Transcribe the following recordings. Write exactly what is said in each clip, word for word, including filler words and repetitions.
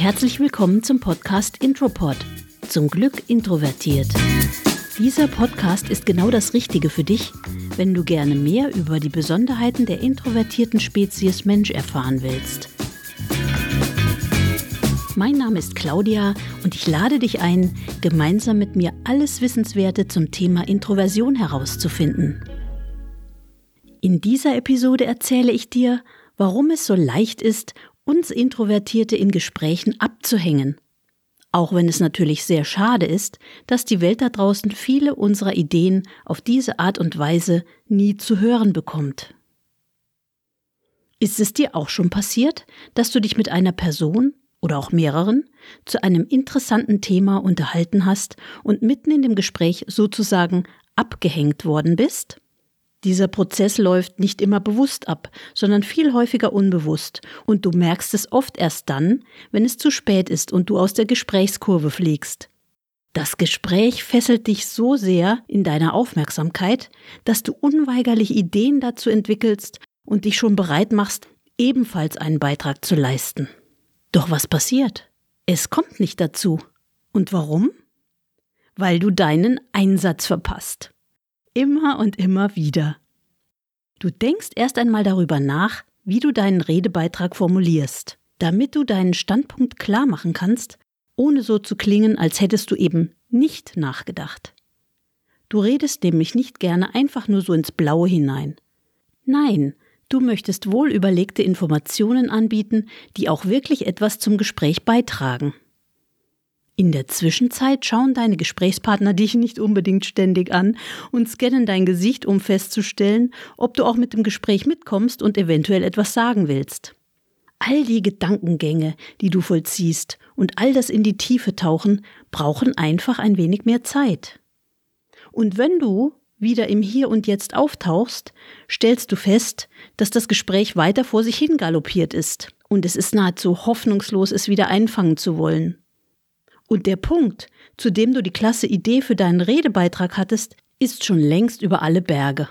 herzlich willkommen zum Podcast Intropod. Zum Glück introvertiert. Dieser Podcast ist genau das Richtige für dich, wenn du gerne mehr über die Besonderheiten der introvertierten Spezies Mensch erfahren willst. Mein Name ist Claudia und ich lade dich ein, gemeinsam mit mir alles Wissenswerte zum Thema Introversion herauszufinden. In dieser Episode erzähle ich dir, warum es so leicht ist, uns Introvertierte in Gesprächen abzuhängen. Auch wenn es natürlich sehr schade ist, dass die Welt da draußen viele unserer Ideen auf diese Art und Weise nie zu hören bekommt. Ist es dir auch schon passiert, dass du dich mit einer Person oder auch mehreren zu einem interessanten Thema unterhalten hast und mitten in dem Gespräch sozusagen abgehängt worden bist? Dieser Prozess läuft nicht immer bewusst ab, sondern viel häufiger unbewusst und du merkst es oft erst dann, wenn es zu spät ist und du aus der Gesprächskurve fliegst. Das Gespräch fesselt dich so sehr in deiner Aufmerksamkeit, dass du unweigerlich Ideen dazu entwickelst und dich schon bereit machst, ebenfalls einen Beitrag zu leisten. Doch was passiert? Es kommt nicht dazu. Und warum? Weil du deinen Einsatz verpasst. Immer und immer wieder. Du denkst erst einmal darüber nach, wie du deinen Redebeitrag formulierst, damit du deinen Standpunkt klar machen kannst, ohne so zu klingen, als hättest du eben nicht nachgedacht. Du redest nämlich nicht gerne einfach nur so ins Blaue hinein. Nein, du möchtest wohl überlegte Informationen anbieten, die auch wirklich etwas zum Gespräch beitragen. In der Zwischenzeit schauen deine Gesprächspartner dich nicht unbedingt ständig an und scannen dein Gesicht, um festzustellen, ob du auch mit dem Gespräch mitkommst und eventuell etwas sagen willst. All die Gedankengänge, die du vollziehst und all das in die Tiefe tauchen, brauchen einfach ein wenig mehr Zeit. Und wenn du wieder im Hier und Jetzt auftauchst, stellst du fest, dass das Gespräch weiter vor sich hin galoppiert ist und es ist nahezu hoffnungslos, es wieder einfangen zu wollen. Und der Punkt, zu dem du die klasse Idee für deinen Redebeitrag hattest, ist schon längst über alle Berge.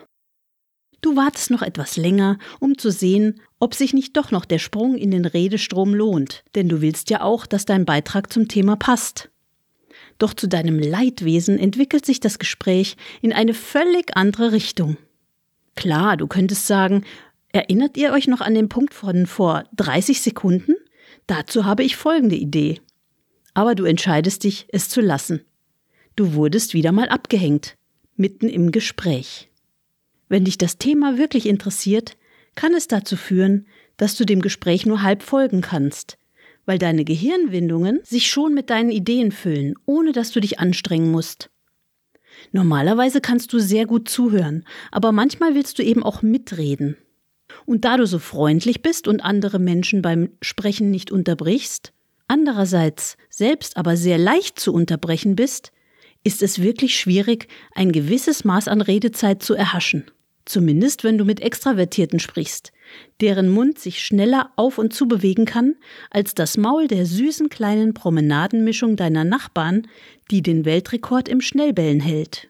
Du wartest noch etwas länger, um zu sehen, ob sich nicht doch noch der Sprung in den Redestrom lohnt, denn du willst ja auch, dass dein Beitrag zum Thema passt. Doch zu deinem Leidwesen entwickelt sich das Gespräch in eine völlig andere Richtung. Klar, du könntest sagen, erinnert ihr euch noch an den Punkt von vor dreißig Sekunden? Dazu habe ich folgende Idee. Aber du entscheidest dich, es zu lassen. Du wurdest wieder mal abgehängt, mitten im Gespräch. Wenn dich das Thema wirklich interessiert, kann es dazu führen, dass du dem Gespräch nur halb folgen kannst, weil deine Gehirnwindungen sich schon mit deinen Ideen füllen, ohne dass du dich anstrengen musst. Normalerweise kannst du sehr gut zuhören, aber manchmal willst du eben auch mitreden. Und da du so freundlich bist und andere Menschen beim Sprechen nicht unterbrichst, andererseits selbst aber sehr leicht zu unterbrechen bist, ist es wirklich schwierig, ein gewisses Maß an Redezeit zu erhaschen. Zumindest wenn du mit Extravertierten sprichst, deren Mund sich schneller auf und zu bewegen kann, als das Maul der süßen kleinen Promenadenmischung deiner Nachbarn, die den Weltrekord im Schnellbellen hält.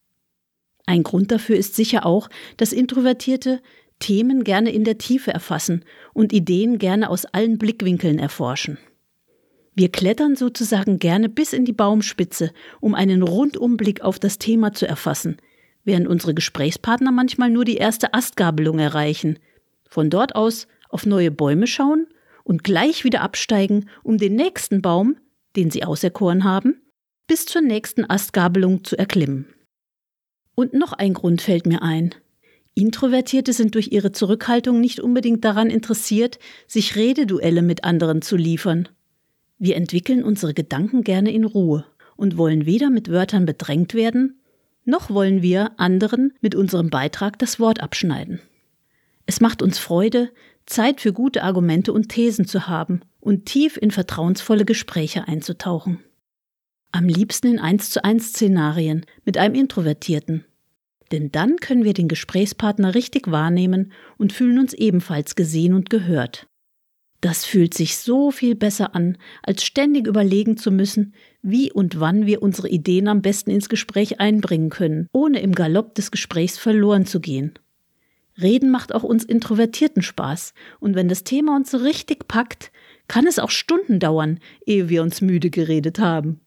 Ein Grund dafür ist sicher auch, dass Introvertierte Themen gerne in der Tiefe erfassen und Ideen gerne aus allen Blickwinkeln erforschen. Wir klettern sozusagen gerne bis in die Baumspitze, um einen Rundumblick auf das Thema zu erfassen, während unsere Gesprächspartner manchmal nur die erste Astgabelung erreichen, von dort aus auf neue Bäume schauen und gleich wieder absteigen, um den nächsten Baum, den sie auserkoren haben, bis zur nächsten Astgabelung zu erklimmen. Und noch ein Grund fällt mir ein. Introvertierte sind durch ihre Zurückhaltung nicht unbedingt daran interessiert, sich Rededuelle mit anderen zu liefern. Wir entwickeln unsere Gedanken gerne in Ruhe und wollen weder mit Wörtern bedrängt werden, noch wollen wir anderen mit unserem Beitrag das Wort abschneiden. Es macht uns Freude, Zeit für gute Argumente und Thesen zu haben und tief in vertrauensvolle Gespräche einzutauchen. Am liebsten in eins zu eins Szenarien mit einem Introvertierten. Denn dann können wir den Gesprächspartner richtig wahrnehmen und fühlen uns ebenfalls gesehen und gehört. Das fühlt sich so viel besser an, als ständig überlegen zu müssen, wie und wann wir unsere Ideen am besten ins Gespräch einbringen können, ohne im Galopp des Gesprächs verloren zu gehen. Reden macht auch uns Introvertierten Spaß und wenn das Thema uns so richtig packt, kann es auch Stunden dauern, ehe wir uns müde geredet haben.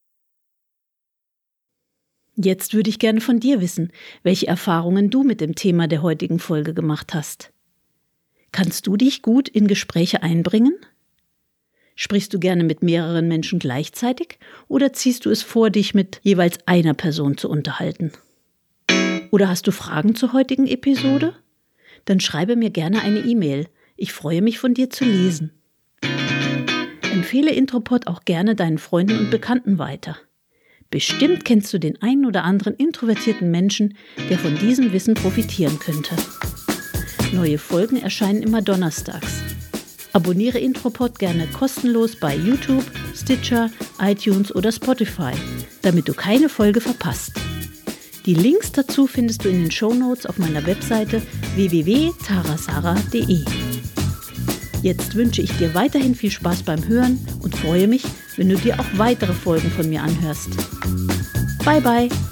Jetzt würde ich gerne von dir wissen, welche Erfahrungen du mit dem Thema der heutigen Folge gemacht hast. Kannst du dich gut in Gespräche einbringen? Sprichst du gerne mit mehreren Menschen gleichzeitig oder ziehst du es vor, dich mit jeweils einer Person zu unterhalten? Oder hast du Fragen zur heutigen Episode? Dann schreibe mir gerne eine E-Mail. Ich freue mich, von dir zu lesen. Empfehle Intropod auch gerne deinen Freunden und Bekannten weiter. Bestimmt kennst du den einen oder anderen introvertierten Menschen, der von diesem Wissen profitieren könnte. Neue Folgen erscheinen immer donnerstags. Abonniere Intropod gerne kostenlos bei YouTube, Stitcher, iTunes oder Spotify, damit du keine Folge verpasst. Die Links dazu findest du in den Shownotes auf meiner Webseite w w w punkt tarasara punkt de. Jetzt wünsche ich dir weiterhin viel Spaß beim Hören und freue mich, wenn du dir auch weitere Folgen von mir anhörst. Bye bye!